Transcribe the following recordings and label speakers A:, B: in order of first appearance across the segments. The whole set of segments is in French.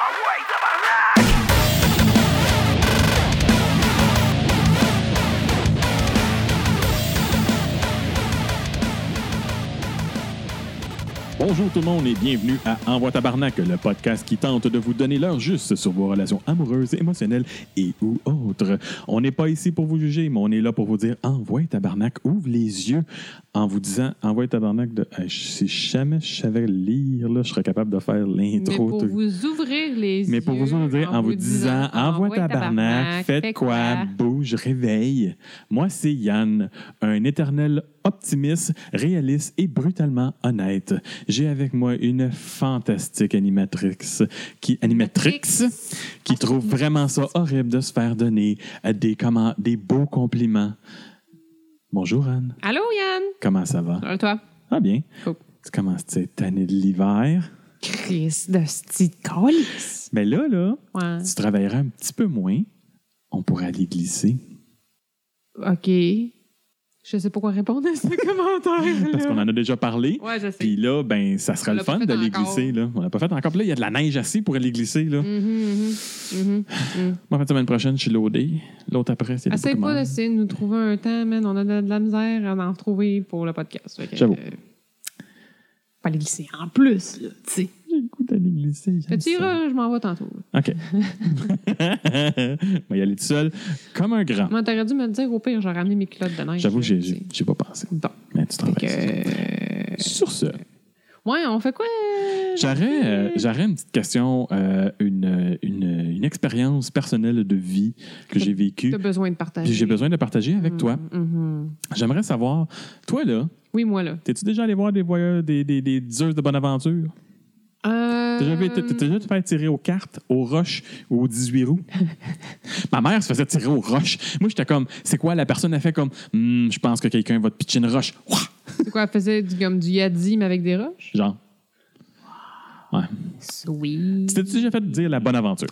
A: Bonjour tout le monde et bienvenue à Envoie Tabarnak, le podcast qui tente de vous donner l'heure juste sur vos relations amoureuses, émotionnelles et ou autres. On n'est pas ici pour vous juger, mais on est là pour vous dire Envoie Tabarnak, ouvre les yeux en vous disant Envoie Tabarnak de... si jamais je savais lire, là, je serais capable de faire l'intro.
B: Mais pour vous ouvrir les yeux.
A: Mais pour vous ouvrir en vous disant Envoie Tabarnak, faites quoi, bouge, réveille. Moi, c'est Yann, un éternel optimiste, réaliste et brutalement honnête. J'ai avec moi une fantastique animatrice qui trouve vraiment ça horrible de se faire donner des beaux compliments. Bonjour Anne.
B: Allô Yann.
A: Comment ça va?
B: Allô toi?
A: Ah bien.
B: Cool.
A: Tu commences cette année de l'hiver?
B: Chris de petite calice.
A: Mais là,
B: Ouais.
A: tu travaillerais un petit peu moins. On pourrait aller glisser.
B: OK. Je sais pas quoi répondre à ce commentaire.
A: Parce qu'on en a déjà parlé.
B: Ouais, je sais.
A: Puis là, ben, ça sera
B: On
A: le
B: l'a pas
A: fun
B: fait
A: d'aller
B: encore.
A: glisser. Là. On l'a pas fait encore. Puis là, il y a de la neige assez pour aller glisser. Là. Moi, la semaine prochaine, je suis loadé. L'autre après, c'est
B: Essaye pas d'essayer de nous trouver un temps, man. On a de la misère à en trouver pour le podcast. Fait que,
A: J'avoue.
B: pas aller glisser en plus, là, tu sais.
A: J'ai le goût d'aller glisser. j'aime
B: Tu
A: ça.
B: iras, je m'en vais tantôt.
A: OK. On va y aller tout seul, comme un grand.
B: Moi, t'aurais dû me le dire, au pire, j'aurais ramené mes culottes de neige.
A: J'avoue que
B: là, tu sais.
A: j'ai pas pensé.
B: Bon.
A: Mais tu
B: Fait
A: travailles.
B: que,
A: Sur ce,
B: ouais, on fait quoi?
A: j'aurais une petite question, une expérience personnelle de vie que j'ai vécue.
B: T'as besoin de partager.
A: Puis j'ai besoin de partager avec toi.
B: Mhm.
A: J'aimerais savoir, toi là,
B: Oui, moi, là.
A: t'es-tu déjà allé voir des diseurs de bonne aventure? T'as déjà te fait tirer aux cartes, aux roches ou aux 18 roues? Ma mère se faisait tirer aux roches. Moi, j'étais comme, c'est quoi? La personne a fait comme, je pense que quelqu'un va te pitcher une roche. Ouah!
B: C'est quoi, elle faisait comme du yadi, mais avec des roches?
A: Genre. Ouais.
B: Sweet.
A: Tu t'es déjà fait dire la bonne aventure?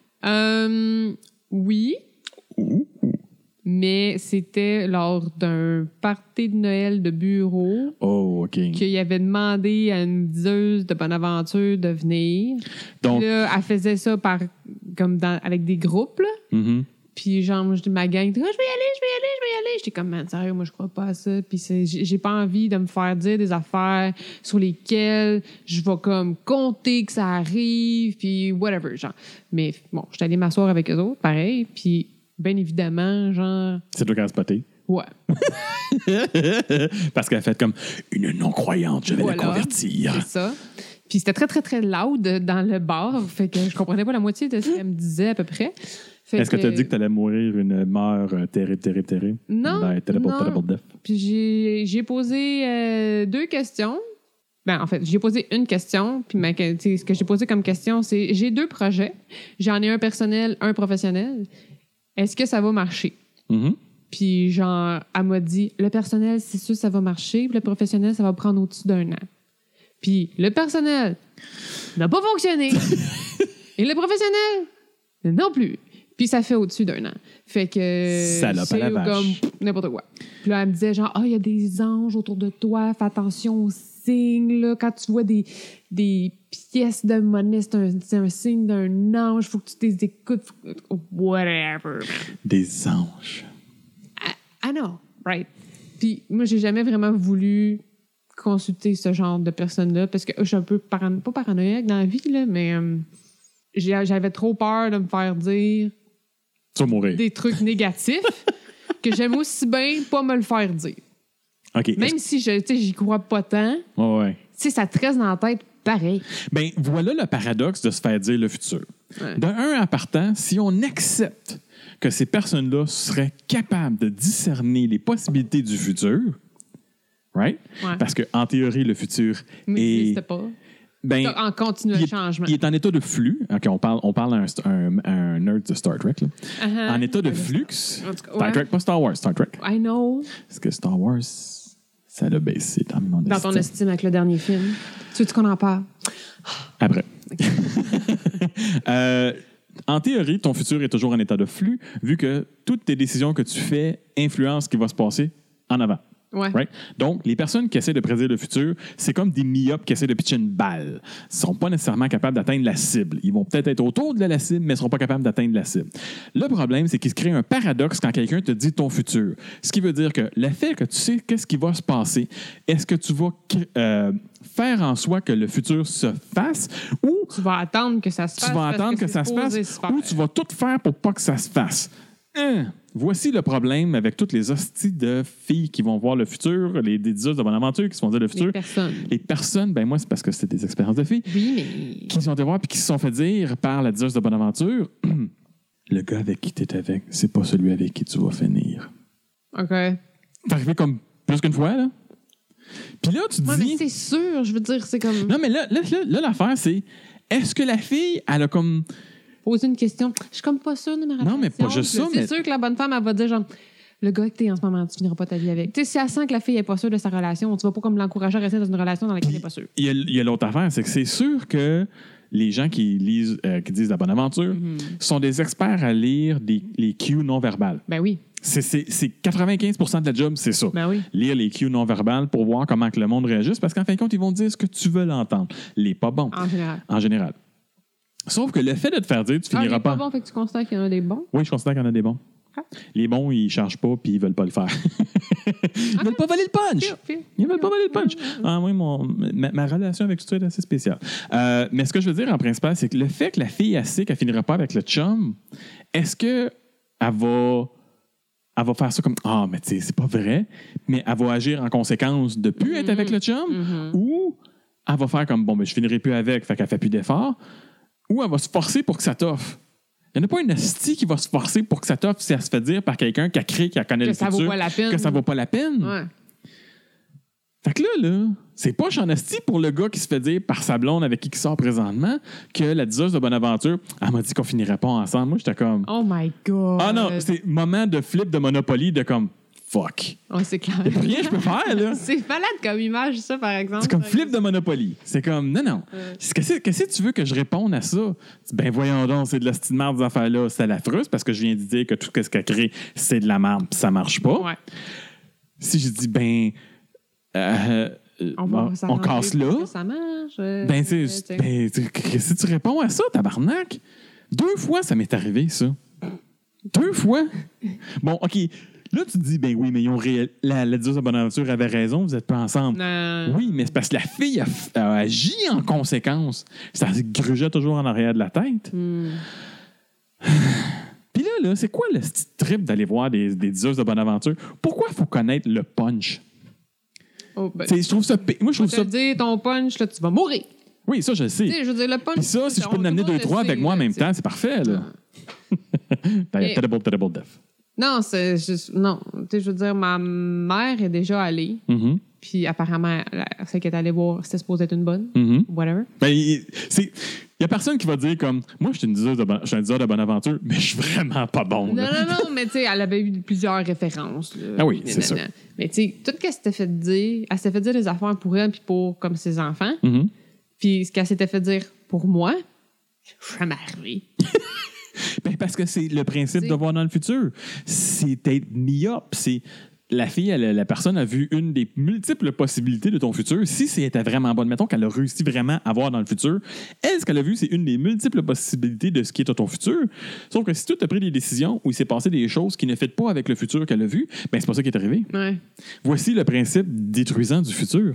B: Oui,
A: Ouh.
B: mais c'était lors d'un party de Noël de bureau
A: Oh, OK.
B: qu'il avait demandé à une diseuse de Bonaventure de venir.
A: Donc,
B: Puis là, elle faisait ça avec des groupes, là.
A: mhm.
B: Puis genre, je dis ma gang, je vais y aller. J'étais comme, man, sérieux, moi, je crois pas à ça. Puis j'ai pas envie de me faire dire des affaires sur lesquelles je vais comme compter que ça arrive, puis whatever, genre. Mais bon, j'étais allée m'asseoir avec eux autres, pareil. Puis bien évidemment, genre,
A: C'est toi qui as spoté.
B: ouais.
A: Parce qu'elle a fait comme une non-croyante, je vais
B: Voilà.
A: la convertir.
B: C'est ça. Puis c'était très, très, très loud dans le bar. Fait que je comprenais pas la moitié de ce qu'elle me disait à peu près. Fait
A: Est-ce que tu as dit que tu allais mourir une mort terrible?
B: Non,
A: Terrible
B: non.
A: death.
B: Puis j'ai posé 2 questions. Ben, en fait, j'ai posé une question. Puis ce que j'ai posé comme question, c'est j'ai 2 projets. J'en ai un personnel, un professionnel. Est-ce que ça va marcher?
A: Mhm.
B: Puis genre, elle m'a dit, le personnel, c'est sûr, ça va marcher. Puis le professionnel, ça va prendre au-dessus d'1 an. Puis le personnel n'a pas fonctionné. Et le professionnel non plus. Puis ça fait au-dessus d'1 an. Fait que
A: Salope à la vache.
B: comme n'importe quoi. Puis là, elle me disait genre, il y a des anges autour de toi, fais attention aux signes. Là. Quand tu vois des pièces de monnaie, c'est un signe d'un ange, faut que tu les écoutes. Whatever, man.
A: Des anges.
B: I know, right. Puis moi, j'ai jamais vraiment voulu consulter ce genre de personnes-là parce que je suis un peu pas paranoïaque dans la vie, là, mais j'avais trop peur de me faire dire
A: Tu vas mourir.
B: des trucs négatifs que j'aime aussi bien pas me le faire dire.
A: OK.
B: Même si j'y crois pas tant,
A: Ouais.
B: ça te reste dans la tête pareil.
A: Ben, voilà le paradoxe de se faire dire le futur.
B: Ouais.
A: De un, en partant, si on accepte que ces personnes-là seraient capables de discerner les possibilités du futur, right?
B: Ouais.
A: Parce qu'en théorie, le futur
B: Mais
A: est...
B: c'était pas.
A: Ben,
B: En continuel changement.
A: il est en état de flux. OK, on parle à un nerd de Star Trek. Là.
B: Uh-huh.
A: En état de flux.
B: En tout cas,
A: Star
B: ouais.
A: Trek, pas Star Wars, Star Trek.
B: I know.
A: Parce que Star Wars, ça l'a baissé dans mon
B: Dans ton
A: estime.
B: estime avec le dernier film. Tu veux qu'on en parle?
A: Après. En théorie, ton futur est toujours en état de flux, vu que toutes tes décisions que tu fais influencent ce qui va se passer en avant.
B: Ouais.
A: Right? Donc, les personnes qui essaient de prédire le futur, c'est comme des myopes qui essaient de pitcher une balle. Ils ne sont pas nécessairement capables d'atteindre la cible. Ils vont peut-être être autour de la cible, mais ils ne seront pas capables d'atteindre la cible. Le problème, c'est qu'il se crée un paradoxe quand quelqu'un te dit ton futur. Ce qui veut dire que le fait que tu sais qu'est-ce qui va se passer, est-ce que tu vas faire en soi que le futur se fasse ou
B: Tu vas attendre que ça se fasse.
A: tu vas attendre que ça se fasse ou tu vas tout faire pour pas que ça se fasse. Voici le problème avec toutes les hosties de filles qui vont voir le futur, des diseuses de Bonaventure qui se vont dire le futur. Les personnes, ben moi, c'est parce que c'était des expériences de filles.
B: Oui, mais.
A: Qui sont allées voir puis qui se sont fait dire par la diseuse de Bonaventure le gars avec qui tu es avec, c'est pas celui avec qui tu vas finir.
B: OK.
A: C'est arrivé comme plus qu'une fois, là. Puis là, tu te
B: Ouais,
A: dis.
B: mais c'est sûr, je veux dire, c'est comme.
A: Non, mais là l'affaire, c'est est-ce que la fille, elle a comme.
B: Poser une question. Je suis comme pas sûre de ma relation.
A: Non, mais pas juste ça, mais.
B: C'est sûr que la bonne femme, elle va dire genre. Le gars que t'es en ce moment, tu finiras pas ta vie avec. Tu sais, si elle sent que la fille est pas sûre de sa relation, tu vas pas comme l'encourager à rester dans une relation dans laquelle elle est pas sûre.
A: Il y a l'autre affaire, c'est que c'est sûr que les gens qui lisent, qui disent la bonne aventure sont des experts à lire les cues non verbales.
B: Ben oui.
A: C'est 95% de la job, c'est ça.
B: Ben oui.
A: Lire les cues non verbales pour voir comment que le monde réagisse, parce qu'en fin de compte, ils vont dire ce que tu veux l'entendre. Les pas bons. En général. Sauf que le fait de te faire dire, tu finiras
B: pas bon, fait que tu constates qu'il y en a des bons.
A: Oui, je considère qu'il y en a des bons.
B: Ah.
A: Les bons, ils ne chargent pas puis ils veulent pas le faire. Ils veulent pas voler le punch. Ils veulent pas voler le punch. Ah oui, ma relation avec tout ça est assez spéciale. Mais ce que je veux dire en principal, c'est que le fait que la fille elle sait qu'elle finira pas avec le chum, est-ce que elle va faire ça comme ah mais tu sais c'est pas vrai, mais elle va agir en conséquence de plus être avec le chum, ou elle va faire comme bon ben je finirai plus avec, fait qu'elle fait plus d'efforts, ou elle va se forcer pour que ça t'offre. Il n'y en a pas une hostie qui va se forcer pour que ça t'offre si elle se fait dire par quelqu'un qui a créé, qui a connaît le futur,
B: vaut pas la peine.
A: que ça vaut pas la peine.
B: Ouais.
A: Fait que là, c'est pas en hostie pour le gars qui se fait dire par sa blonde avec qui il sort présentement que la diseuse de Bonaventure, elle m'a dit qu'on finirait pas ensemble. Moi, j'étais comme...
B: Oh my God.
A: Ah non, c'est moment de flip de Monopoly de comme... Fuck.
B: Oh, c'est clair.
A: Il n'y a rien que je peux faire, là.
B: C'est malade comme image, ça, par exemple.
A: C'est comme flip de Monopoly. C'est comme, non. Qu'est-ce que tu veux que je réponde à ça? Ben voyons donc, c'est de la petite merde, ces affaires-là. C'est la fruse parce que je viens de dire que tout ce qu'elle crée, c'est de la merde puis ça marche pas.
B: Ouais.
A: Si je dis, ben... on casse là.
B: Ça marche.
A: Qu'est-ce que tu réponds à ça, tabarnak? 2 fois, ça m'est arrivé, ça. 2 fois. Bon, OK. Là, tu te dis, ben oui, mais la diseuse de Bonaventure avait raison, vous n'êtes pas ensemble.
B: Non.
A: Oui, mais c'est parce que la fille a agi en conséquence. Ça se grugeait toujours en arrière de la tête. Puis là, c'est quoi le petit trip d'aller voir des diseuses de Bonaventure? Pourquoi il faut connaître le punch?
B: Oh, ben,
A: je trouve ça... Moi, je trouve ça...
B: te dire ton punch, là, tu vas mourir.
A: Oui, ça, je le sais.
B: Tu sais, je veux dire, le punch...
A: Puis ça, si je peux en amener 2-3 avec moi en même temps, c'est parfait, là. Terrible death.
B: Non, c'est juste... Non, tu sais, je veux dire, ma mère est déjà allée. Puis apparemment, celle qui est allée voir, c'était supposé être une bonne. Whatever.
A: Ben, il n'y a personne qui va dire comme moi, je suis un diseur de Bonaventure, mais je suis vraiment pas bon.
B: Non, mais tu sais, elle avait eu plusieurs références. Là.
A: Ah oui, c'est ça.
B: Mais tu sais, tout ce qu'elle s'était fait dire, elle s'était fait dire des affaires pour elle puis pour comme ses enfants. Puis ce qu'elle s'était fait dire pour moi, je vais arrivé.
A: Ben, parce que c'est le principe de voir dans le futur. C'est être myope. C'est la fille, la personne a vu une des multiples possibilités de ton futur. Si c'était vraiment bonne, mettons qu'elle a réussi vraiment à voir dans le futur, elle, ce qu'elle a vu, c'est une des multiples possibilités de ce qui est ton futur. Sauf que si tu as pris des décisions où il s'est passé des choses qui ne fêtent pas avec le futur qu'elle a vu, ben c'est pas ça qui est arrivé.
B: Ouais.
A: Voici le principe détruisant du futur.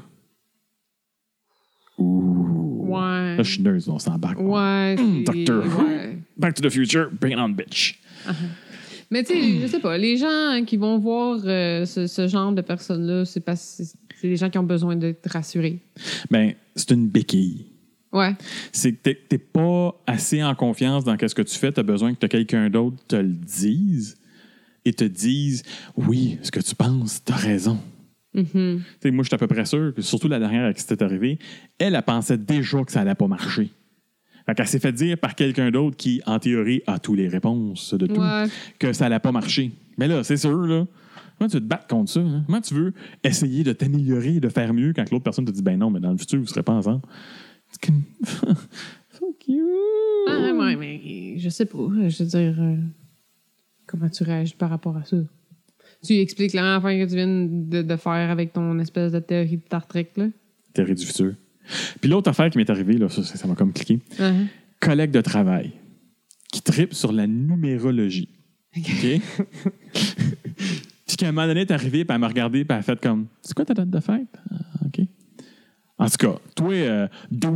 A: Ouh.
B: Ouais.
A: Là, je suis nurse, on s'embarque.
B: Ouais.
A: Doctor Who.
B: Ouais.
A: Back to the future, bring it on, bitch.
B: Mais tu sais, je sais pas, les gens qui vont voir ce genre de personnes-là, c'est les gens qui ont besoin d'être rassurés.
A: Ben, c'est une béquille.
B: Ouais.
A: C'est que t'es pas assez en confiance dans ce que tu fais, tu as besoin que quelqu'un d'autre te le dise et te dise oui, ce que tu penses, t'as raison. Moi, je suis à peu près sûr que, surtout la dernière à qui c'était arrivé, elle pensait déjà que ça allait pas marcher. Fait qu'elle s'est fait dire par quelqu'un d'autre qui, en théorie, a toutes les réponses de tout, que ça allait pas marcher. Mais là, c'est sûr, là. Comment tu veux te battre contre ça? Hein? Comment tu veux essayer de t'améliorer et de faire mieux quand l'autre personne te dit ben non, mais dans le futur, vous ne serez pas ensemble? C'est comme... Fuck you!
B: Ah, ouais, mais je sais pas. Je veux dire, comment tu réagis par rapport à ça? Tu expliques la même affaire que tu viens de faire avec ton espèce de théorie de Star Trek, là.
A: Théorie du futur. Puis l'autre affaire qui m'est arrivée, là, ça m'a comme cliqué.
B: Uh-huh.
A: Collègue de travail qui tripe sur la numérologie. OK? Puis qu'à un moment donné, elle est arrivée, puis elle m'a regardé, puis elle a fait comme « C'est quoi ta date de fête? Ah, OK. » En tout cas, toi,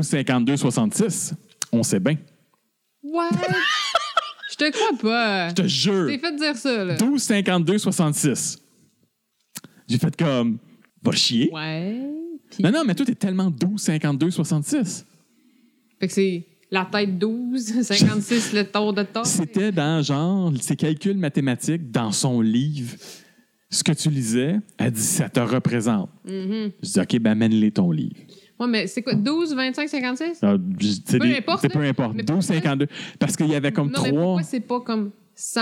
A: 12-52-66, on sait bien.
B: What? Je te crois pas.
A: Je te jure.
B: T'es fait dire ça, là.
A: 12-52-66. J'ai fait comme « Va chier. »
B: Ouais. Puis...
A: Non, mais toi, t'es tellement 12-52-66.
B: Fait que c'est la tête 12, 56, le tour de taille.
A: C'était dans, genre, ses calculs mathématiques dans son livre. Ce que tu lisais, elle dit « Ça te représente.
B: Mm-hmm.
A: Je dis « OK, ben amène-les ton livre. »
B: Ouais, mais c'est quoi? 12, 25, 56?
A: Peu
B: importe,
A: peu importe. 12-52. Parce qu'il y avait comme
B: non, mais
A: 3...
B: pourquoi c'est pas comme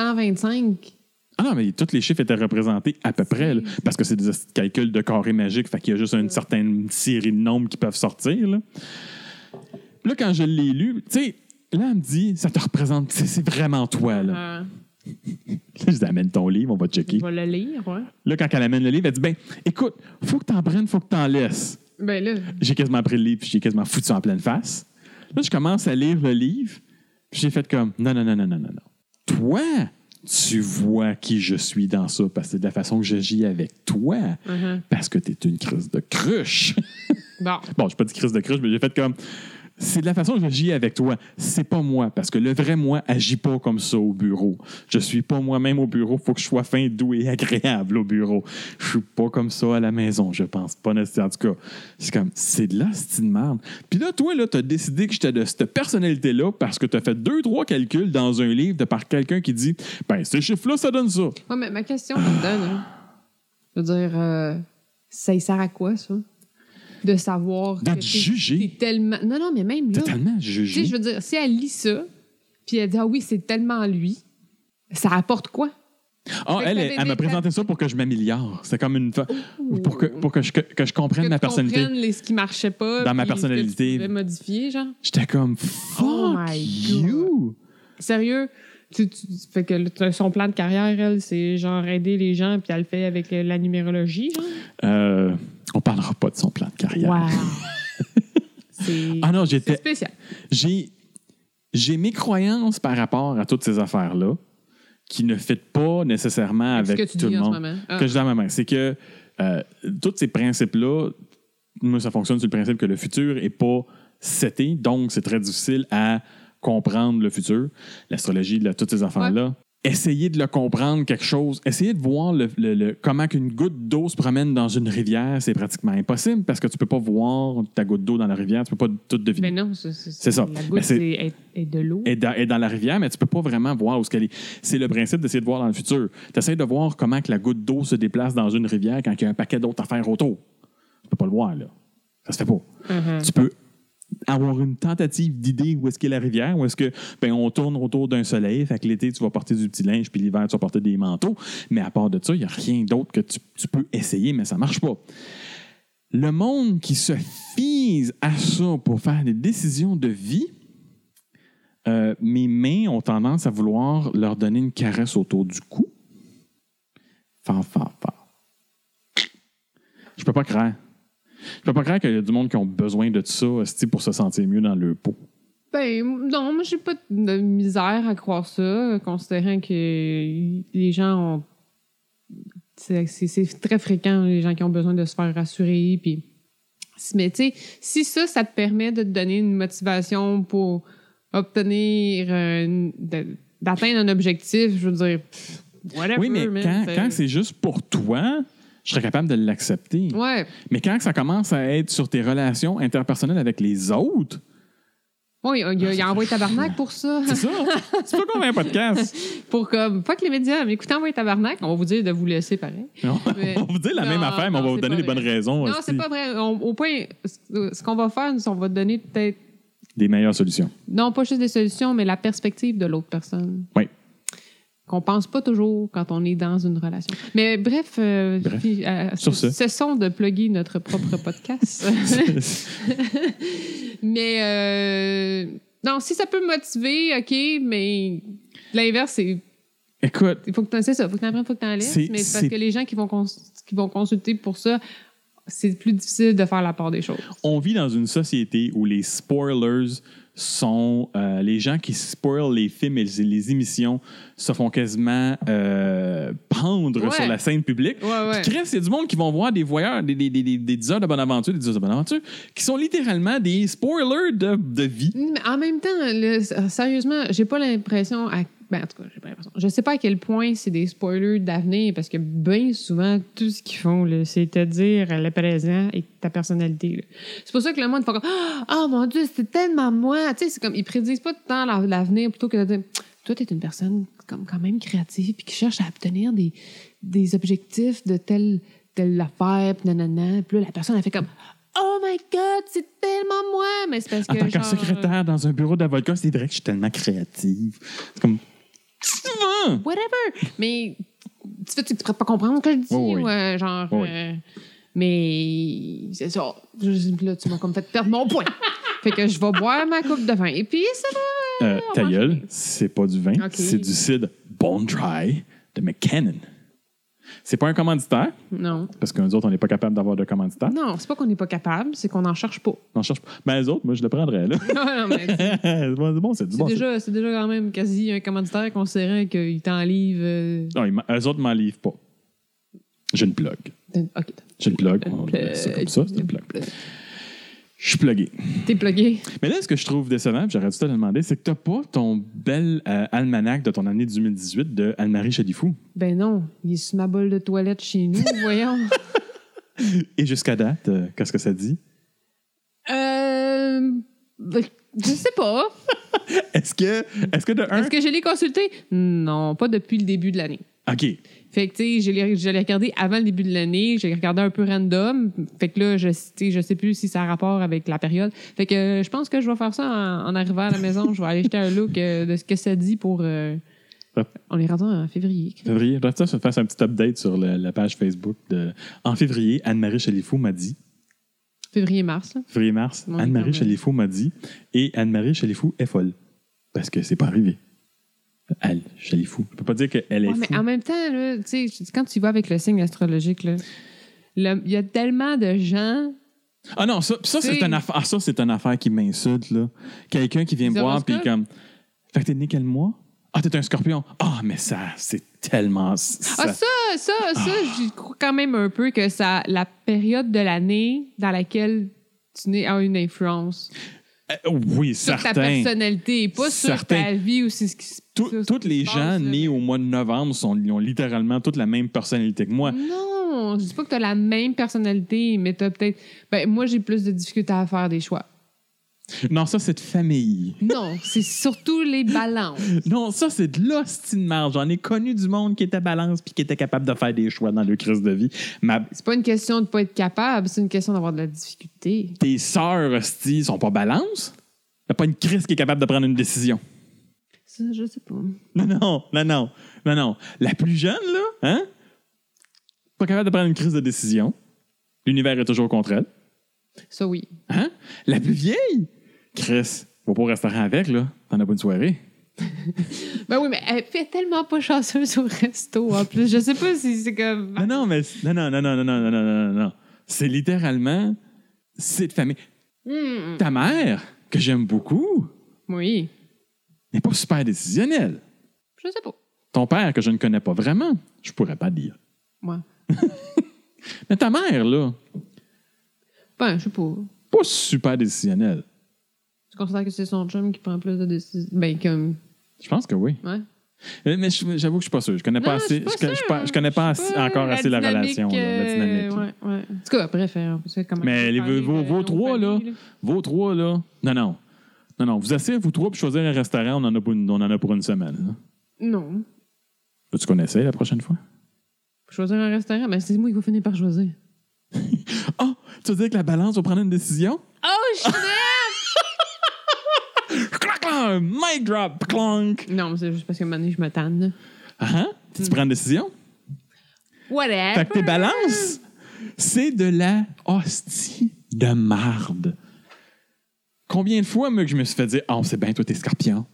B: 125?
A: Ah non, mais tous les chiffres étaient représentés à peu près, là, parce que c'est des calculs de carré magique, fait qu'il y a juste une certaine série de nombres qui peuvent sortir. Là, là quand je l'ai lu, tu sais, là, elle me dit, ça te représente, c'est vraiment toi. Là. Je dis, amène ton livre, on va checker.
B: On va le lire, ouais.
A: Là, quand elle amène le livre, elle dit, ben, écoute, faut que t'en prennes, faut que t'en laisses.
B: Ben là.
A: J'ai quasiment pris le livre, puis j'ai quasiment foutu en pleine face. Là, je commence à lire le livre, puis j'ai fait comme, non. Toi, tu vois qui je suis dans ça, parce que c'est de la façon que j'agis avec toi, parce que t'es une crise de cruche. Bon, j'ai pas dit crise de cruche, mais j'ai fait comme... C'est de la façon que j'agis avec toi. C'est pas moi, parce que le vrai moi agit pas comme ça au bureau. Je suis pas moi-même au bureau. Faut que je sois fin, doux et agréable au bureau. Je suis pas comme ça à la maison, je pense. Pas nécessairement. En tout cas, c'est comme, c'est de la style de merde. Puis là, toi, là, t'as décidé que j'étais de cette personnalité-là parce que t'as fait 2-3 calculs dans un livre de par quelqu'un qui dit, ben, ces chiffres-là, ça donne ça.
B: Ouais, mais ma question là-dedans, je veux dire, ça y sert à quoi, ça? De savoir
A: de
B: que
A: juger.
B: t'es tellement... Non, mais même là...
A: Totalement jugé.
B: Tu sais, je veux dire, si elle lit ça, puis elle dit « Ah oui, c'est tellement lui », ça apporte quoi?
A: Ah, elle m'a présenté ça pour que je m'améliore. C'est comme une... Pour que je comprenne ma personnalité.
B: Que tu comprennes ce qui marchait pas.
A: Dans ma personnalité.
B: Que tu pouvais modifier, genre.
A: J'étais comme « Fuck you! »
B: Sérieux? Fait que son plan de carrière, elle, c'est genre aider les gens, puis elle le fait avec la numérologie, genre?
A: On parlera pas de son plan de carrière.
B: Wow! C'est spécial.
A: J'ai mes croyances par rapport à toutes ces affaires-là qui ne fitent pas nécessairement avec tout le monde.
B: En ce moment.
A: Que je dis en ce moment. C'est que tous ces principes-là, moi, ça fonctionne sur le principe que le futur n'est pas seté, donc c'est très difficile à comprendre le futur. L'astrologie, toutes ces affaires-là. Ouais. Essayer de le comprendre, quelque chose, essayer de voir comment qu'une goutte d'eau se promène dans une rivière, c'est pratiquement impossible parce que tu ne peux pas voir ta goutte d'eau dans la rivière, tu ne peux pas tout deviner.
B: Mais non, c'est
A: ça.
B: La goutte est de l'eau.
A: Est dans la rivière, mais tu ne peux pas vraiment voir où ce qu'elle est. C'est le principe d'essayer de voir dans le futur. Tu essaies de voir comment que la goutte d'eau se déplace dans une rivière quand il y a un paquet d'autres affaires autour. Tu ne peux pas le voir, là. Ça se fait pas. Tu peux avoir une tentative d'idée où est-ce qu'est la rivière, où est-ce que on tourne autour d'un soleil, fait que l'été, tu vas porter du petit linge, puis l'hiver, tu vas porter des manteaux. Mais à part de ça, il n'y a rien d'autre que tu peux essayer, mais ça ne marche pas. Le monde qui se fise à ça pour faire des décisions de vie, mes mains ont tendance à vouloir leur donner une caresse autour du cou. Fa. Je peux pas croire. Je peux pas croire qu'il y a du monde qui ont besoin de ça pour se sentir mieux dans leur peau.
B: Ben, non, moi, j'ai pas de misère à croire ça, considérant que les gens ont... C'est très fréquent, les gens qui ont besoin de se faire rassurer, puis... Mais tu sais, si ça te permet de te donner une motivation pour obtenir... d'atteindre un objectif, je veux dire... Whatever,
A: oui, mais quand c'est juste pour toi... Je serais capable de l'accepter.
B: Ouais.
A: Mais quand ça commence à être sur tes relations interpersonnelles avec les autres...
B: Oui, il a envoyé tabarnak pour ça.
A: C'est ça. C'est pas comme un podcast.
B: Pour comme... Pas que les médias, mais écoutez, envoyez tabarnak, on va vous dire de vous laisser pareil.
A: Non, on va vous dire la même affaire, mais on va vous donner les bonnes raisons.
B: Non, c'est pas vrai. Au point, ce qu'on va faire, c'est qu'on va donner peut-être...
A: Des meilleures solutions.
B: Non, pas juste des solutions, mais la perspective de l'autre personne.
A: Oui.
B: Qu'on pense pas toujours quand on est dans une relation. Mais bref, cessons de plugger notre propre podcast. Mais non, si ça peut me motiver, OK, mais l'inverse, c'est
A: Écoute,
B: c'est ça, faut que t'apprennes, faut que t'en laisses. Mais c'est parce que les gens qui vont consulter pour ça, c'est plus difficile de faire la part des choses.
A: On vit dans une société où les spoilers sont les gens qui spoilent les films et les émissions se font quasiment pendre sur la scène publique.
B: Ouais.
A: Puis, Chris, il y a du monde qui vont voir des voyeurs, des 10 heures de bonne aventure, qui sont littéralement des spoilers de vie.
B: Mais en même temps, sérieusement, j'ai pas l'impression... en tout cas, j'ai pas l'impression. Je sais pas à quel point c'est des spoilers d'avenir, parce que bien souvent, tout ce qu'ils font, là, c'est te dire le présent et ta personnalité. Là. C'est pour ça que le monde fait comme « Oh mon Dieu, c'est tellement moi! » Tu sais, c'est comme, ils prédisent pas tout le temps l'avenir plutôt que de dire « Toi, t'es une personne comme quand même créative puis qui cherche à obtenir des objectifs de telle affaire, puis nanana. » Puis là, la personne, elle fait comme « Oh my God, c'est tellement moi! » Mais c'est parce que,
A: en tant que secrétaire dans un bureau d'avocat, c'est vrai que je suis tellement créative. C'est comme...
B: Whatever! Mais tu pourrais pas comprendre ce que je dis.
A: Oui.
B: Mais c'est ça. Là, tu m'as comme fait perdre mon point. Fait que je vais boire ma coupe de vin. Et puis, ça va.
A: Ta gueule, c'est pas du vin, c'est du cidre Bone Dry de Mackinnon. C'est pas un commanditaire.
B: Non.
A: Parce que nous autres, on n'est pas capable d'avoir de commanditaire.
B: Non, c'est pas qu'on n'est pas capable, c'est qu'on n'en cherche pas.
A: On cherche pas. Mais les autres, moi, je le prendrais, là.
B: Non, mais
A: c'est bon, c'est du bon.
B: C'est déjà quand même quasi un commanditaire considérant qu'il t'en livre.
A: Non, eux autres m'en livrent pas. J'ai une plug.
B: OK.
A: J'ai une plug. On va dire ça comme ça, c'est une plug. Je suis plugué.
B: T'es plugué.
A: Mais là, ce que je trouve décevant, puis j'aurais dû te le demander, c'est que t'as pas ton bel almanach de ton année 2018 de Anne-Marie Chalifou.
B: Ben non, il est sur ma bolle de toilette chez nous, voyons.
A: Et jusqu'à date, qu'est-ce que ça dit?
B: Je sais pas.
A: Est-ce que de un...
B: Est-ce que je l'ai consulté? Non, pas depuis le début de l'année.
A: OK.
B: Fait que, tu sais, je l'ai regardé avant le début de l'année. J'ai regardé un peu random. Fait que là, je sais plus si ça a rapport avec la période. Fait que je pense que je vais faire ça en arrivant à la maison. Je vais aller jeter un look de ce que ça dit pour... On est rendu en février.
A: Février. Je vais faire un petit update sur la page Facebook. En février, Anne-Marie Chalifou m'a dit...
B: Février-mars.
A: Février-mars. Anne-Marie Chalifou m'a dit. Et Anne-Marie Chalifou est folle. Parce que c'est pas arrivé. Elle, Chalifou. Je peux pas dire qu'elle est fou.
B: Mais en même temps, là, quand tu vas avec le signe astrologique, il y a tellement de gens...
A: Ah non, ça c'est une affaire. Ça, c'est une affaire qui m'insulte, là. Quelqu'un qui vient me voir puis comme... Fait que t'es né quel mois? Ah, t'es un scorpion. Ah, mais ça, c'est tellement... Ça,
B: je crois quand même un peu que la période de l'année dans laquelle tu nais a une influence.
A: Oui,
B: sur
A: certain.
B: ta personnalité et pas sur ta vie ou c'est ce qui se passe.
A: Toutes les gens nés au mois de novembre ils ont littéralement toute la même personnalité que moi.
B: Non, je dis pas que tu as la même personnalité, mais tu as peut-être... moi, j'ai plus de difficultés à faire des choix.
A: Non, ça, c'est de famille.
B: Non, c'est surtout les balances.
A: Non, ça, c'est de l'hostie de marge. J'en ai connu du monde qui était balance puis qui était capable de faire des choix dans leur crise de vie.
B: C'est pas une question de pas être capable, c'est une question d'avoir de la difficulté.
A: Tes sœurs, hostie, sont pas balance? Il n'y a pas une crise qui est capable de prendre une décision.
B: Ça, je sais pas.
A: Non. La plus jeune, là, hein? Pas capable de prendre une crise de décision. L'univers est toujours contre elle.
B: Ça, oui.
A: Hein? La plus vieille? Chris, va pas au restaurant avec, là. T'en as pas une soirée.
B: Ben oui, mais elle fait tellement pas chanceuse au resto, en plus. Je sais pas si c'est comme...
A: Non. C'est littéralement... C'est de famille. Ta mère, que j'aime beaucoup...
B: Oui.
A: N'est pas super décisionnelle.
B: Je sais pas.
A: Ton père, que je ne connais pas vraiment, je pourrais pas dire.
B: Ouais.
A: Mais ta mère, là...
B: Ben, je sais pas.
A: Pas super décisionnelle.
B: Tu considères que c'est son chum qui prend plus de décisions? Ben, comme...
A: Je pense que oui.
B: Ouais.
A: Mais j'avoue que je suis pas sûr. Je connais pas assez. Je connais pas encore assez la relation, la dynamique.
B: Ouais. En tout cas, bref, c'est comment.
A: Mais vos trois, là. Non. Vous asseyez, vous trois, puis choisir un restaurant, on en a pour une semaine. Là.
B: Non.
A: Tu connaissais la prochaine fois?
B: Choisir un restaurant? Ben, c'est moi qui vais finir par choisir.
A: Oh! Tu veux dire que la balance va prendre une décision?
B: Oh, snap!
A: Mic drop! Clonk!
B: Non, c'est juste parce que maintenant, je me tanne.
A: Tu prends une décision?
B: Whatever!
A: Fait que tes balances, c'est de la hostie de marde. Combien de fois, moi, que je me suis fait dire « Oh, c'est bien, toi, t'es scorpion.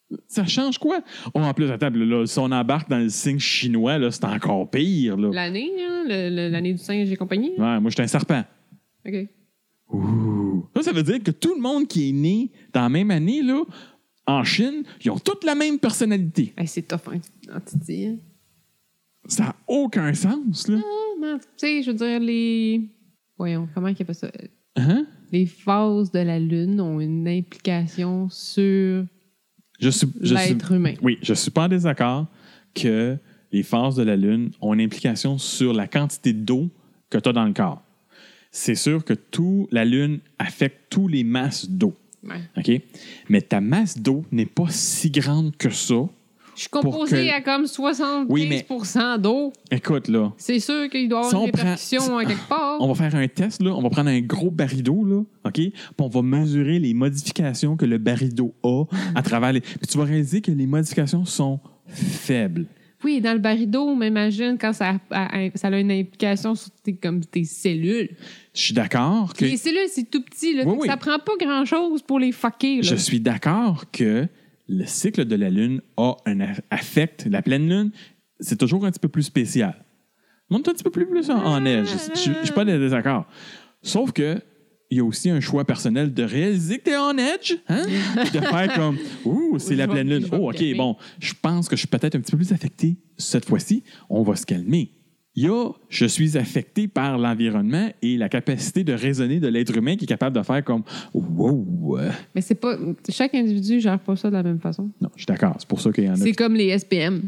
A: Ça change quoi? Oh, en plus, attends, là, si on embarque dans le signe chinois, là, c'est encore pire. Là.
B: L'année, hein? L'année du singe et compagnie?
A: Ouais, moi, j'étais un serpent.
B: OK.
A: Ouh. Ça veut dire que tout le monde qui est né dans la même année, là, en Chine, ils ont toutes la même personnalité.
B: Hey, c'est tough, hein, Titi. Hein?
A: Ça n'a aucun sens, là.
B: Non, tu sais, je veux dire, les... Voyons, comment il appelle ça?
A: Hein?
B: Les phases de la Lune ont une implication sur l'être humain.
A: Oui, je suis pas en désaccord que les phases de la Lune ont une implication sur la quantité d'eau que tu as dans le corps. C'est sûr que la Lune affecte tous les masses d'eau.
B: Ouais.
A: OK? Mais ta masse d'eau n'est pas si grande que ça.
B: Je suis composé à comme 75% d'eau.
A: Écoute, là.
B: C'est sûr qu'il doit y avoir une répercussion à quelque part.
A: On va faire un test, là. On va prendre un gros baril d'eau, là. OK? Puis on va mesurer les modifications que le baril d'eau a à travers les... Puis tu vas réaliser que les modifications sont faibles.
B: Oui, dans le baril d'eau, mais imagine quand ça a une implication sur tes cellules.
A: Je suis d'accord que...
B: Les cellules, c'est tout petit, là.
A: Oui.
B: Ça prend pas grand-chose pour les fucker, là.
A: Je suis d'accord que le cycle de la Lune affecte la pleine Lune. C'est toujours un petit peu plus spécial. Monte un petit peu plus en neige. Je ne suis pas en désaccord. Sauf que il y a aussi un choix personnel de réaliser que tu es en edge, hein? Puis de faire comme, c'est la pleine Lune. Oh, OK, bon, je pense que je suis peut-être un petit peu plus affecté cette fois-ci. On va se calmer. Je suis affecté par l'environnement et la capacité de raisonner de l'être humain qui est capable de faire comme, wow.
B: Mais c'est pas, chaque individu ne gère pas ça de la même façon.
A: Non, je suis d'accord. C'est pour ça qu'il y en a.
B: C'est comme les SPM.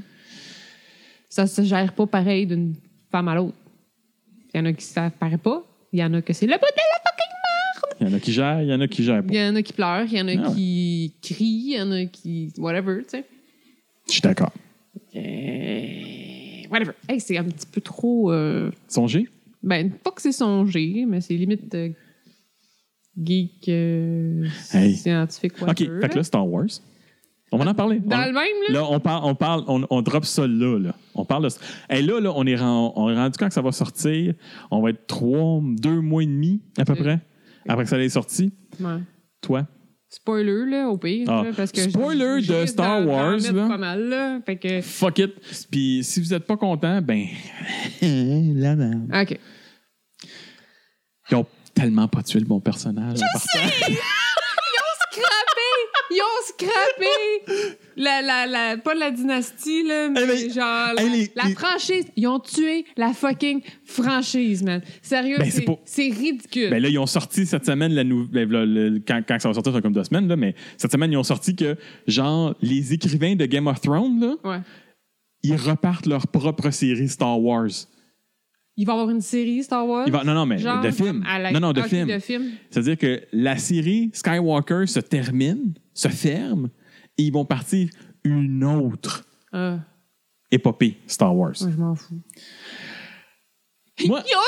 B: Ça se gère pas pareil d'une femme à l'autre. Il y en a qui ça paraît pas. Il y en a que c'est le bout de la fucking merde.
A: Il y en a qui gèrent, il y en a qui gèrent pas.
B: Il y en a qui pleurent, il y en a qui crient, il y en a qui... whatever, tu sais.
A: Je suis d'accord.
B: Whatever. Hey, c'est un petit peu trop...
A: Songé?
B: Ben, pas que c'est songé, mais c'est limite geek scientifique.
A: Whatever, OK, fait que là, Star Wars. On va en parler.
B: Dans le même, là?
A: On drop ça là. On parle de... Hey, là, on est rendu quand que ça va sortir. On va être 2 mois et demi, à peu près, après que ça ait sorti.
B: Ouais.
A: Toi?
B: Spoiler, là, au pire. Là, parce que
A: spoiler de Star Wars, là.
B: Pas mal, là. Fait que...
A: Fuck it. Puis si vous n'êtes pas content, ben... la merde.
B: OK.
A: Ils ont tellement pas tué le bon personnage.
B: Je sais! Ils ont scrappé pas la dynastie, là, mais genre la franchise. Ils ont tué la fucking franchise, man. Sérieux, c'est ridicule.
A: Ben là, ils ont sorti cette semaine quand ça va sortir, c'est comme 2 semaines, là, mais cette semaine, ils ont sorti que, genre, les écrivains de Game of Thrones, là, ils repartent leur propre série Star Wars.
B: Il va y avoir une série Star Wars?
A: Non, mais de film. De film. C'est-à-dire que la série Skywalker se ferme, et ils vont partir une autre épopée Star Wars.
B: Moi, je m'en fous. Ils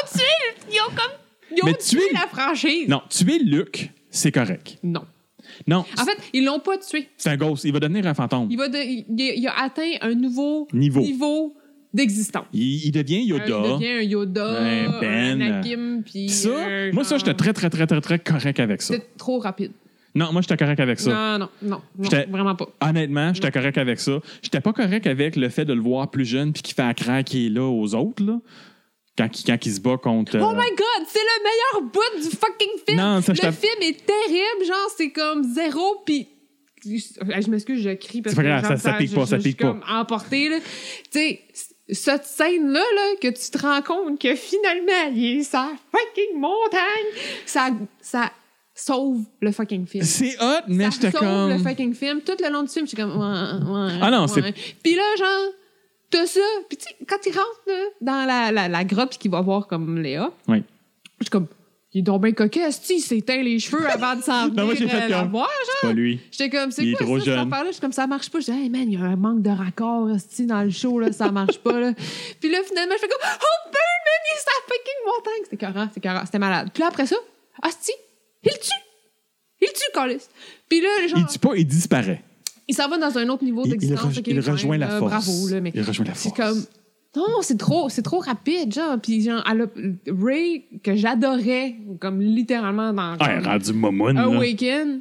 B: ont tué la franchise.
A: Non, tuer Luke, c'est correct.
B: Non.
A: En
B: fait, ils l'ont pas tué.
A: C'est un ghost. Il va devenir un fantôme.
B: Il a atteint un nouveau
A: niveau
B: d'existence.
A: Il devient Yoda.
B: Il devient un Yoda, un Anakin, puis...
A: Ça, moi, j'étais très, très, très, très, très correct avec ça.
B: C'était trop rapide.
A: Non, moi, j'étais correct avec ça.
B: Non, vraiment pas.
A: Honnêtement, j'étais correct avec ça. J'étais pas correct avec le fait de le voir plus jeune puis qu'il fait à craindre qu'il est là aux autres, là. Quand il se bat contre...
B: Oh my God! C'est le meilleur bout du fucking film!
A: Non, ça,
B: le film est terrible, genre, c'est comme 0, puis... Je m'excuse, je crie parce
A: que... C'est pas
B: grave,
A: ça pique pas, ça pique pas.
B: Je suis comme emportée, là. Tu sais, cette scène-là, là, que tu te rends compte que finalement, il est sa fucking montagne, ça sauve le fucking film.
A: C'est hot, mais j'étais comme...
B: Ça sauve le fucking film. Tout le long du film, j'étais comme...
A: Ah non, c'est...
B: Puis là, genre... T'as ça. Puis tu sais, quand il rentre là, dans la grotte qu'il va voir comme Léa,
A: je
B: suis comme, il est donc bien coquet, il s'éteint les cheveux avant de s'en venir la voir, genre.
A: C'est pas lui.
B: J'étais comme, c'est
A: quoi
B: ça, cette affaire-là? Je suis comme, ça marche pas. Je dis, hey man, il y a un manque de raccord dans le show, là, ça marche pas. Là. Puis là, finalement, je fais comme, oh, burn, man, il est sa fucking montagne. C'était écœurant, c'était malade. Puis là, après ça, il le tue, Carlis. Puis là, genre...
A: Il tue pas, il disparaît.
B: Il s'en va dans un autre niveau d'existence.
A: Il rejoint la force.
B: Bravo, là, mais
A: il rejoint la force.
B: C'est comme... Non, c'est trop rapide, genre. Puis genre, Ray, que j'adorais, comme littéralement dans...
A: rendu momoune,
B: Awaken,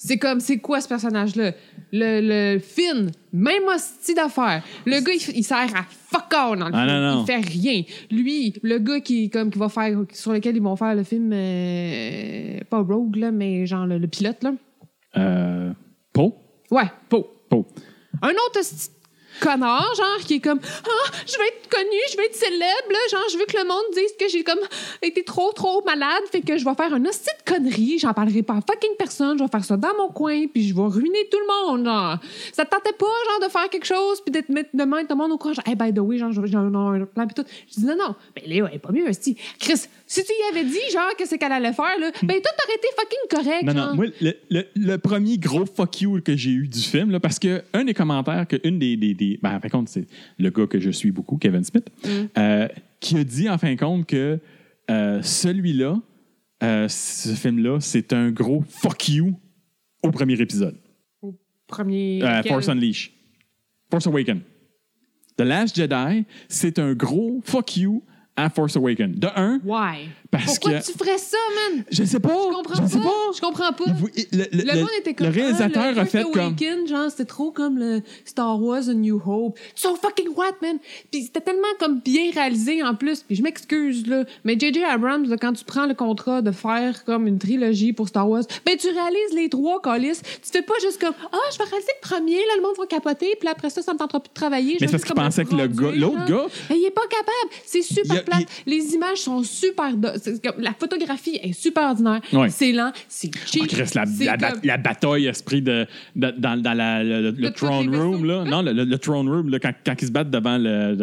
B: C'est comme, c'est quoi ce personnage-là? Le Finn, même hostie d'affaires. Le gars, il sert à fuck all dans le film.
A: Non.
B: Il fait rien. Lui, le gars qui va faire, sur lequel ils vont faire le film, pas Rogue, là, mais genre le pilote, là.
A: Poe?
B: Ouais, Poe. Un autre hostie connard, genre, qui est comme je vais être connu, je vais être célèbre, là, genre, je veux que le monde dise que j'ai comme été trop malade, fait que je vais faire un hostie de connerie, j'en parlerai pas à fucking personne, je vais faire ça dans mon coin, puis je vais ruiner tout le monde, genre. Ça te tentait pas, genre, de faire quelque chose, puis de mettre tout le monde au courant, genre, hey, by the way, genre, j'ai un plan, puis tout. Je dis non, mais Léo, elle est pas mieux, hostie. Chris, si tu y avais dit, genre, que c'est qu'elle allait faire, là, ben, toi, t'aurais été fucking correct,
A: Non,
B: genre.
A: non, moi, le premier gros fuck you que j'ai eu du film, là, parce que un des commentaires, une des ben, en fin de compte, c'est le gars que je suis beaucoup, Kevin Smith, qui a dit, en fin de compte, que celui-là, ce film-là, c'est un gros fuck you au premier épisode.
B: Au premier...
A: Force Unleashed. Force Awakens. The Last Jedi, c'est un gros fuck you à Force Awakens. De un,
B: why?
A: parce
B: Pourquoi
A: que...
B: tu ferais ça, man?
A: Je sais pas.
B: Je comprends pas. Le monde était comme...
A: Le réalisateur a fait comme...
B: Genre, c'était trop comme le Star Wars A New Hope. So fucking what, man? Puis c'était tellement comme bien réalisé en plus. Puis je m'excuse, là. Mais J.J. Abrams, là, quand tu prends le contrat de faire comme une trilogie pour Star Wars, ben tu réalises les 3, Callis. Tu fais pas juste comme je vais réaliser le premier, là, le monde va capoter, puis après ça me tentera plus de travailler.
A: Mais c'est parce qu'il pensait que l'autre gars...
B: Ben, il est pas capable. C'est super plate. Les images sont super... La photographie est super ordinaire.
A: Ouais.
B: C'est lent, c'est cheap.
A: La bataille esprit dans le throne room, là. Non, le throne room, là, quand ils se battent devant moi,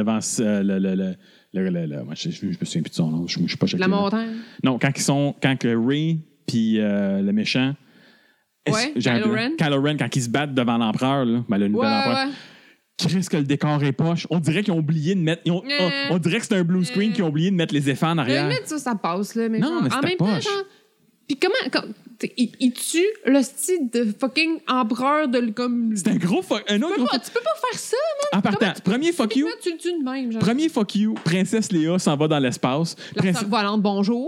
A: je me souviens plus de son nom. Je suis pas choqué.
B: La montagne.
A: Non, quand Rey puis le méchant.
B: Ouais, Kylo
A: Ren, quand ils se battent devant l'empereur, là, ben, le nouvel empereur.
B: Ouais.
A: Qu'est-ce que le décor est poche? On dirait qu'ils ont oublié de mettre... on dirait que c'est un blue screen qu'ils ont oublié de mettre les effets en arrière.
B: Mais ça passe, là. Mais
A: non,
B: genre,
A: mais
B: en
A: c'était
B: même temps,
A: poche.
B: genre... Puis comment... Il tue le style de fucking empereur de... comme.
A: C'est un gros fuck...
B: Tu peux pas faire ça, man!
A: En partant, premier fuck you...
B: Tu le tues de même, genre.
A: Premier fuck you, Princesse Léa s'en va dans l'espace.
B: La sœur volante, bonjour.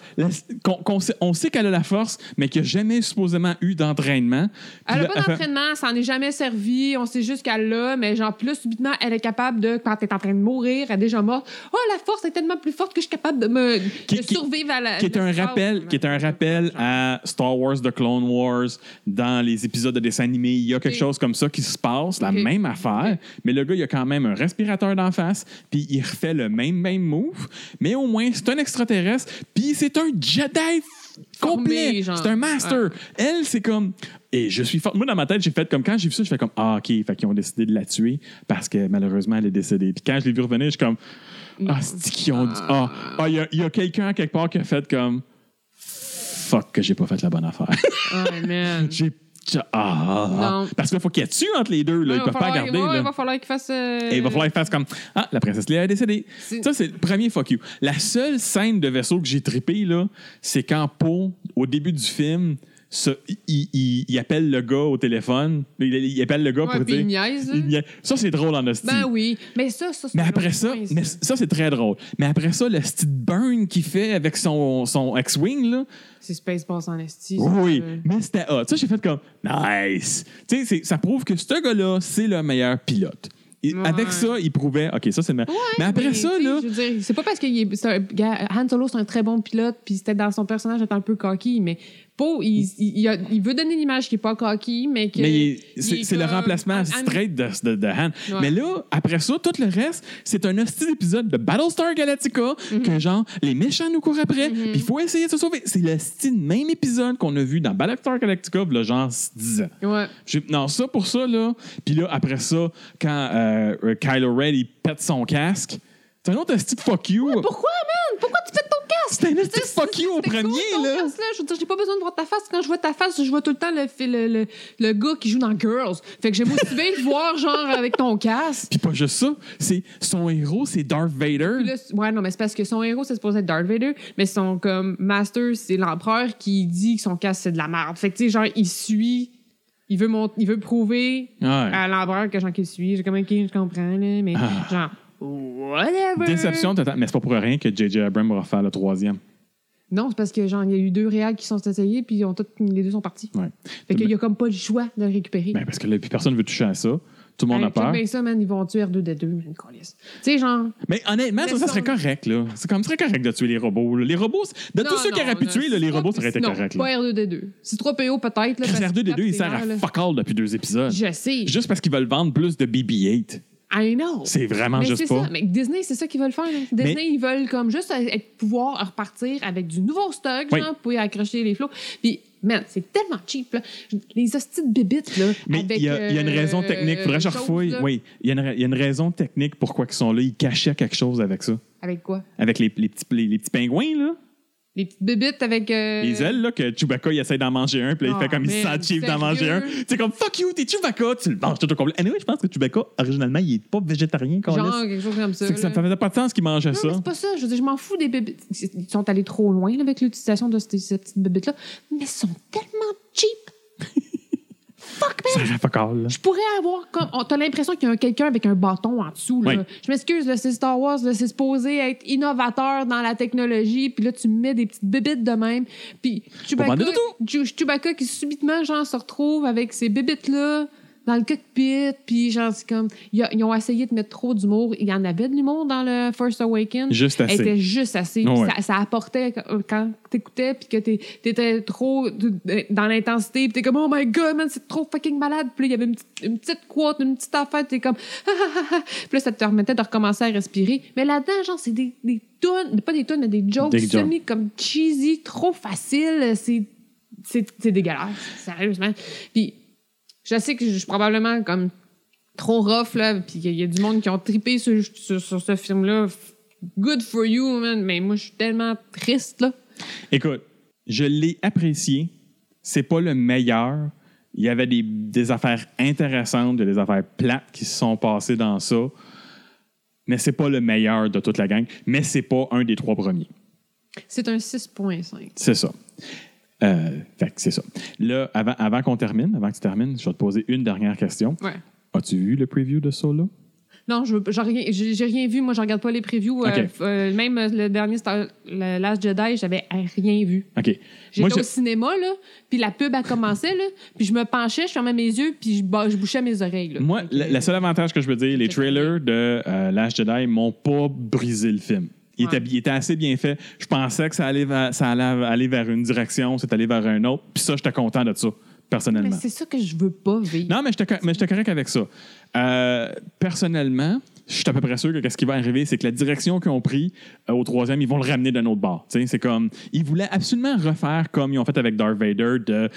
A: On sait qu'elle a la force, mais qu'elle n'a jamais supposément eu d'entraînement.
B: Elle n'a pas d'entraînement, ça n'en est jamais servi. On sait juste qu'elle l'a, mais genre, plus subitement, elle est capable de, quand elle est en train de mourir, elle est déjà morte. Oh, la force est tellement plus forte que je suis capable de survivre à la.
A: Qui est un rappel à Star Wars The Clone Wars, dans les épisodes de dessins animés. Il y a quelque chose comme ça qui se passe, la même affaire, mais le gars, il a quand même un respirateur d'en face, puis il refait le même move, mais au moins, c'est un extraterrestre, puis c'est un Jedi complet. C'est un master. Ouais. Elle, c'est comme... Et je suis forte. Moi, dans ma tête, j'ai fait comme... Quand j'ai vu ça, je fais comme... Ah, OK. Fait qu'ils ont décidé de la tuer parce que, malheureusement, elle est décédée. Puis quand je l'ai vu revenir, je suis comme... Ah, c'est qui ont dit... Ah, il y a quelqu'un, quelque part, qui a fait comme... Fuck, que j'ai pas fait la bonne affaire.
B: Oh, man.
A: Parce qu'il faut qu'il y ait dessus entre les deux. Là. Ils peuvent pas garder.
B: Il va falloir qu'il fasse...
A: Et il va falloir qu'il fasse comme... Ah, la princesse Léa est décédée. Ça, c'est le premier fuck you. La seule scène de vaisseau que j'ai trippé, là, c'est quand Poe, au début du film... il appelle le gars au téléphone. Il appelle le gars pour dire...
B: Il niaise.
A: Ça, c'est drôle en hostie.
B: Ben oui. Mais ça c'est
A: mais après ça, c'est très drôle. Mais après ça, le style burn qu'il fait avec son X-Wing, là...
B: C'est Spaceballs en esti.
A: Oui, mais c'était hot. Ça, j'ai fait comme... Nice! Tu sais, ça prouve que ce gars-là, c'est le meilleur pilote. Avec ça, il prouvait... OK, ça, c'est le meilleur. Mais après ça, là...
B: Je veux dire, c'est pas parce que Han Solo, c'est un très bon pilote, puis c'était dans son personnage d'être un peu cocky, mais... Poe, il veut donner l'image qui n'est pas cocky, mais que...
A: Mais c'est le remplacement straight de Han. Ouais. Mais là, après ça, tout le reste, c'est un hostile épisode de Battlestar Galactica que, genre, les méchants nous courent après, puis il faut essayer de se sauver. C'est le style même épisode qu'on a vu dans Battlestar Galactica, là, genre 10 ans.
B: Ouais.
A: Non, ça pour ça, là. Puis là, après ça, quand Kylo Ren, il pète son casque, c'est un autre style fuck you.
B: Ouais, pourquoi, man? Pourquoi tu pètes ton casque?
A: C'est un style fuck you au premier, là.
B: Casque, là. Je veux dire, j'ai pas besoin de voir ta face. Quand je vois ta face, je vois tout le temps le gars qui joue dans Girls. Fait que j'aime aussi bien te voir, genre, avec ton casque.
A: Puis pas juste ça. Son héros, c'est Darth Vader.
B: Là, ouais, non, mais c'est parce que son héros, c'est supposé être Darth Vader, mais son, comme, master, c'est l'empereur qui dit que son casque, c'est de la merde. Fait que, tu sais, genre, il suit... Il veut prouver à l'empereur que, genre, qu'il suit. J'ai comme, OK, je comprends, là, mais genre... Whatever.
A: Déception totale. Mais c'est pas pour rien que J.J. Abrams va faire le 3e.
B: Non, c'est parce que genre il y a eu 2 réals qui sont essayés puis les 2 sont partis.
A: Ouais.
B: Fait qu'il y a comme pas le choix de le récupérer.
A: Ben, parce que là, puis personne veut toucher à ça. Tout le monde a peur.
B: Ben ça, man, ils vont tuer R2D2, man, câlisse. Tu sais, genre...
A: Mais honnêtement, ça serait correct, là. C'est comme très correct de tuer les robots. Là. Les robots, tous ceux qui auraient pu tuer, là, les robots, ça aurait été correct.
B: Non, pas R2D2. C'est 3PO peut-être. Là,
A: R2D2, il sert à fuck all depuis 2 épisodes.
B: Je sais.
A: Juste parce qu'ils veulent vendre plus de BB-8.
B: I know.
A: C'est vraiment
B: mais
A: juste
B: c'est
A: pas.
B: Ça. Mais Disney, c'est ça qu'ils veulent faire. Là. Disney, ils veulent comme juste pouvoir repartir avec du nouveau stock, genre, pour y accrocher les flots. Puis, man, c'est tellement cheap, là. Les hosties de bébites, là.
A: Mais il y a une raison technique. Faudrait que je refouille. Oui, il y a une raison technique pourquoi ils sont là. Ils cachaient quelque chose avec ça.
B: Avec quoi?
A: Avec les petits pingouins, là.
B: Les petites bébites avec...
A: Les ailes, là, que Chewbacca, il essaie d'en manger un, puis là, il fait comme il se sent cheap d'en manger un. C'est comme, fuck you, t'es Chewbacca, tu le manges tout au complet. Anyway, je pense que Chewbacca, originalement, il est pas végétarien, quand
B: genre, quelque chose comme ça.
A: C'est que ça faisait pas de sens qu'il mangeait ça.
B: C'est pas ça. Je veux dire, je m'en fous des bébites. Ils sont allés trop loin là, avec l'utilisation de ces petites bébites-là, mais ils sont tellement cheap. Fuck, man!
A: Ça fait pas là.
B: Je pourrais avoir comme. T'as l'impression qu'il y a quelqu'un avec un bâton en dessous. Là.
A: Oui.
B: Je m'excuse, là, c'est Star Wars, là, c'est supposé être innovateur dans la technologie. Puis là, tu mets des petites bébites de même. Puis Chewbacca qui subitement, genre, se retrouve avec ces bébites-là dans le cockpit. Puis genre, c'est comme. Ils ont essayé de mettre trop d'humour. Il y en avait de l'humour dans le Force Awakens.
A: Juste assez.
B: Elle était juste assez.
A: Oh, ouais.
B: Ça apportait quand t'écoutais, puis que t'étais trop dans l'intensité, puis t'es comme, oh my god, man, c'est trop fucking malade. Puis là, il y avait une petite quote, une petite affaire, t'es comme, puis là, ça te permettait de recommencer à respirer. Mais là-dedans, genre, c'est des tunes, pas des tunes, mais des jokes semi comme cheesy, trop facile. C'est dégueulasse, sérieusement. Puis, je sais que je suis probablement comme trop rough, là, puis il y a du monde qui ont trippé sur ce film-là. Good for you, man. Mais moi, je suis tellement triste, là.
A: Écoute, je l'ai apprécié. C'est pas le meilleur. Il y avait des affaires intéressantes, des affaires plates qui se sont passées dans ça. Mais c'est pas le meilleur de toute la gang. Mais c'est pas un des 3 premiers.
B: C'est un 6.5.
A: C'est ça. Fait que c'est ça. Là, avant qu'on termine, avant que tu termines, je vais te poser une dernière question.
B: Ouais.
A: As-tu vu le preview de Solo?
B: Non, j'ai rien vu. Moi, je regarde pas les previews.
A: Okay.
B: Même le dernier le Last Jedi, j'avais rien vu.
A: OK.
B: J'étais au cinéma, là, puis la pub a commencé, là, puis je me penchais, je fermais mes yeux, puis je bouchais mes oreilles. Là.
A: Moi, le seul avantage que je veux dire, les trailers de Last Jedi m'ont pas brisé le film. Il était assez bien fait. Je pensais que ça allait aller vers une direction, c'est allé vers un autre. Puis ça, j'étais content de ça, personnellement.
B: Mais c'est ça que je veux pas vivre.
A: Non, mais j'étais correct avec ça. Personnellement, je suis à peu près sûr que ce qui va arriver, c'est que la direction qu'ils ont pris au 3e, ils vont le ramener d'un autre bord. T'sais, c'est comme, ils voulaient absolument refaire comme ils ont fait avec Darth Vader de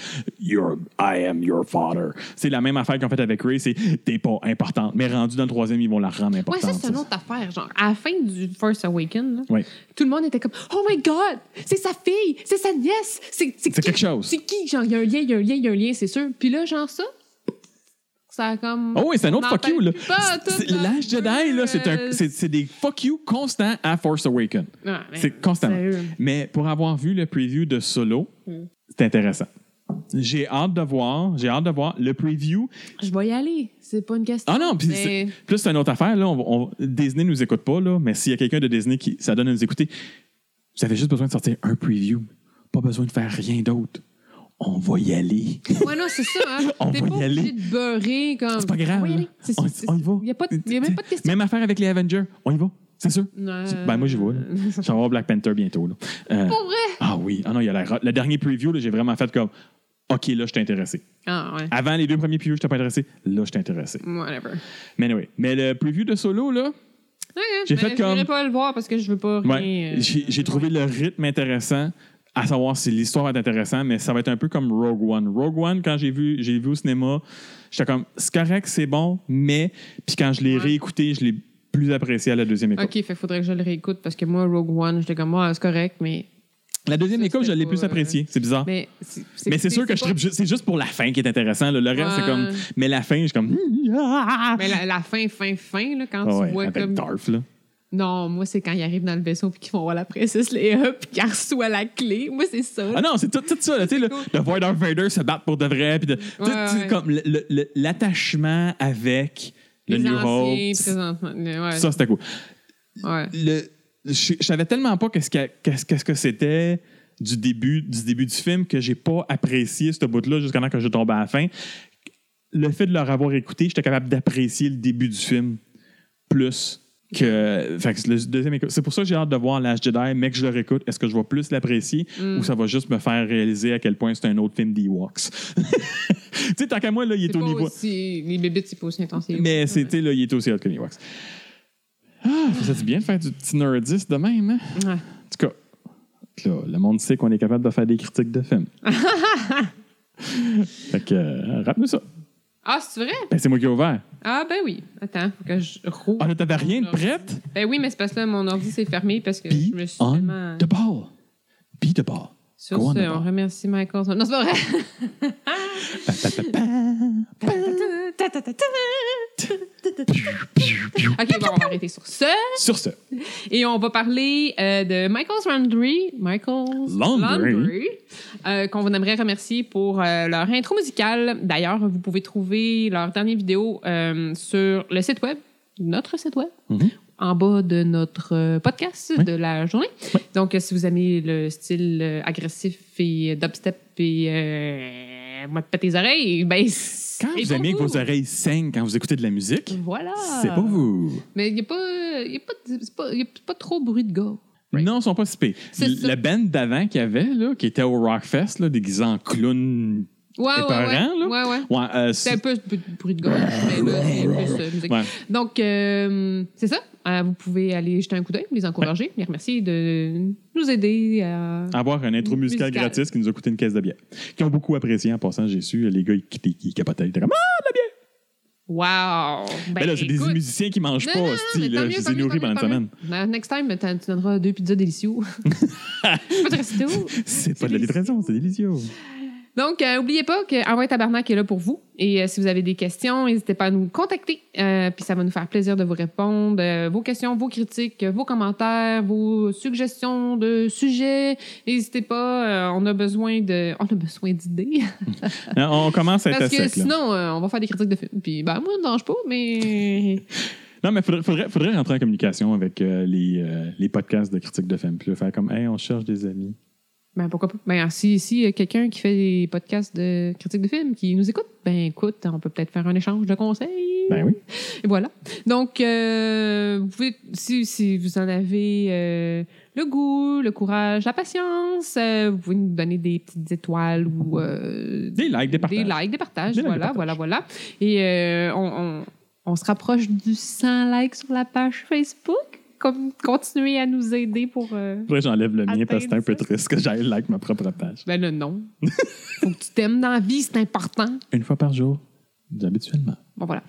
A: I am your father. C'est la même affaire qu'ils ont fait avec Rey, c'est t'es pas importante. Mais rendu dans le 3e, ils vont la rendre importante.
B: Ouais, ça, c'est une autre affaire. Genre, à la fin du Force Awakens,
A: là,
B: tout le monde était comme, oh my God, c'est sa fille, c'est sa nièce, c'est
A: quelque chose.
B: C'est qui? Genre, il y a un lien, c'est sûr. Puis là, genre ça. Ça a comme...
A: Oh oui, c'est un autre fuck you. Là.
B: Last
A: Jedi, là, c'est des fuck you constants à Force Awakens.
B: Ah,
A: c'est constamment. Mais pour avoir vu le preview de Solo, c'est intéressant. J'ai hâte de voir le preview.
B: Je vais y aller. C'est pas une question.
A: Ah non, puis plus c'est une autre affaire. Là, Disney nous écoute pas, là, mais s'il y a quelqu'un de Disney qui ça donne à nous écouter, vous avez juste besoin de sortir un preview. Pas besoin de faire rien d'autre. On va y aller.
B: Ouais, non, c'est ça. Hein?
A: On va y aller.
B: De beurrer comme...
A: C'est pas grave.
B: On va y aller.
A: On y va.
B: Il n'y a même pas de question.
A: Même affaire avec les Avengers. On y va. C'est sûr. Ben, moi, j'y vais. Je vais voir Black Panther bientôt. Là.
B: Pour vrai?
A: Ah oui. Ah non, il y a l'air. Le dernier preview, là, j'ai vraiment fait comme OK, là, je t'ai intéressé.
B: Ah ouais.
A: Avant les 2 premiers previews, je t'ai pas intéressé. Là, je t'ai intéressé.
B: Whatever.
A: Mais anyway. Mais le preview de Solo, là, j'ai fait comme...
B: Je ne pas le voir parce que je veux pas rien...
A: Ouais, j'ai trouvé le rythme intéressant. À savoir si l'histoire va être intéressante, mais ça va être un peu comme Rogue One. Rogue One, quand j'ai vu au cinéma, j'étais comme, c'est correct, c'est bon, mais... Puis quand je l'ai réécouté, je l'ai plus apprécié à la deuxième écoute.
B: OK, faudrait que je le réécoute, parce que moi, Rogue One, j'étais comme, c'est correct, mais...
A: La deuxième écoute, je l'ai plus apprécié. C'est bizarre. Mais c'est sûr que c'est juste pour la fin qui est intéressant. Là. Le reste, c'est comme... Mais la fin, je suis comme...
B: Mais la fin, là, quand tu vois
A: avec
B: comme...
A: Darth, là.
B: Non, moi, c'est quand ils arrivent dans le vaisseau puis qu'ils vont voir la princesse Leia puis qu'ils reçoivent la clé. Moi, c'est ça.
A: Ah non, c'est tout ça. Tu sais, de voir Darth Vader se battre pour de vrai. Puis comme l'attachement avec le New Hope. Ça, c'était cool.
B: Ouais.
A: Je savais tellement pas qu'est-ce que c'était du début du film que j'ai pas apprécié ce bout-là jusqu'à temps que je tombe à la fin. Le fait de leur avoir écouté, j'étais capable d'apprécier le début du film plus que... Fait que le deuxième écoute. C'est pour ça que j'ai hâte de voir Last Jedi, mais que je le réécoute. Est-ce que je vais plus l'apprécier ou ça va juste me faire réaliser à quel point c'est un autre film d'Ewoks? Tu sais, tant qu'à moi, là, il est au niveau...
B: Les bébites, c'est pas aussi intense.
A: Mais c'était là, il est aussi hot que l'Ewoks. Ah, ça c'est bien de faire du petit nerdiste de même, hein?
B: Ouais.
A: En tout cas, là, le monde sait qu'on est capable de faire des critiques de films. Fait que, rate-nous ça.
B: Ah, c'est vrai?
A: Ben, c'est moi qui ai ouvert.
B: Ah, ben oui. Attends, faut que je roule.
A: Ah, là, t'avais rien de prête?
B: Ben oui, mais c'est parce que là, mon ordi s'est fermé parce que je me suis tellement...
A: the ball. Be the ball.
B: Sur ce, on remercie Michael. Non, c'est pas vrai. OK, bon, on va arrêter sur ce.
A: Sur ce.
B: Et on va parler de Michael's Laundry. Qu'on aimerait remercier pour leur intro musicale. D'ailleurs, vous pouvez trouver leur dernière vidéo sur le site web, notre site web, en bas de notre podcast de la journée. Oui. Donc, si vous aimez le style agressif et dubstep et moi, pète les oreilles, ben
A: quand vous aimez que vos oreilles saignent quand vous écoutez de la musique,
B: voilà.
A: C'est pour vous.
B: Mais il n'y a pas trop bruit de gars.
A: Right. Non, ils ne sont pas si pires. Le band d'avant qu'il y avait, là, qui était au Rockfest, là, déguisé en clown épeurant, là.
B: C'est un peu bruit de gars. Mais là, c'est plus musique. Ouais. Donc, c'est ça. Vous pouvez aller jeter un coup d'œil, les encourager, les remercier de nous aider à
A: avoir un intro musical gratis qui nous a coûté une caisse de bière. Qui ont beaucoup apprécié en passant, j'ai su. Les gars, ils capotaient. Ils étaient comme « Ah, de la bière! »
B: Wow!
A: Ben là, c'est des musiciens qui mangent pas, style. Je les ai nourris pendant une semaine.
B: Next time, tu donneras 2 pizzas délicieux. Pas de resto.
A: C'est pas de la livraison, c'est délicieux.
B: Donc, n'oubliez pas qu'Envoie Tabarnak est là pour vous. Et si vous avez des questions, n'hésitez pas à nous contacter. Puis ça va nous faire plaisir de vous répondre. Vos questions, vos critiques, vos commentaires, vos suggestions de sujets. N'hésitez pas. On a besoin d'idées.
A: On commence à être
B: Parce que
A: sec,
B: sinon, on va faire des critiques de films. Puis, moi, ça me dérange pas, mais...
A: Non, mais faudrait rentrer en communication avec les podcasts de critiques de films. Puis faire comme, hey, on cherche des amis.
B: Ben, pourquoi pas? Ben, si quelqu'un qui fait des podcasts de critiques de films qui nous écoute, ben, écoute, on peut peut-être faire un échange de conseils.
A: Ben oui.
B: Et voilà. Donc, vous pouvez, si vous en avez le goût, le courage, la patience, vous pouvez nous donner des petites étoiles ou...
A: des likes, des partages.
B: Voilà. Et on se rapproche du 100 likes sur la page Facebook. Continuer à nous aider pour...
A: Après, j'enlève le mien parce que c'est un peu triste que j'aille like ma propre page.
B: Ben là, non. Faut que tu t'aimes dans la vie, c'est important.
A: Une fois par jour, habituellement.
B: Bon, voilà.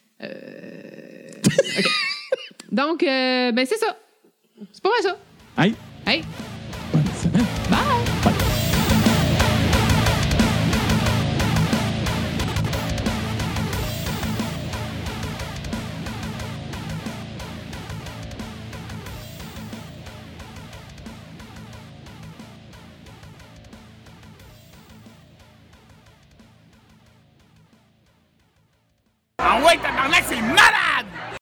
B: OK. Donc, ben c'est ça. C'est pas mal ça.
A: Hey. Bonne semaine.
B: Bye.
C: Ah ouais, tabarnak, c'est malade!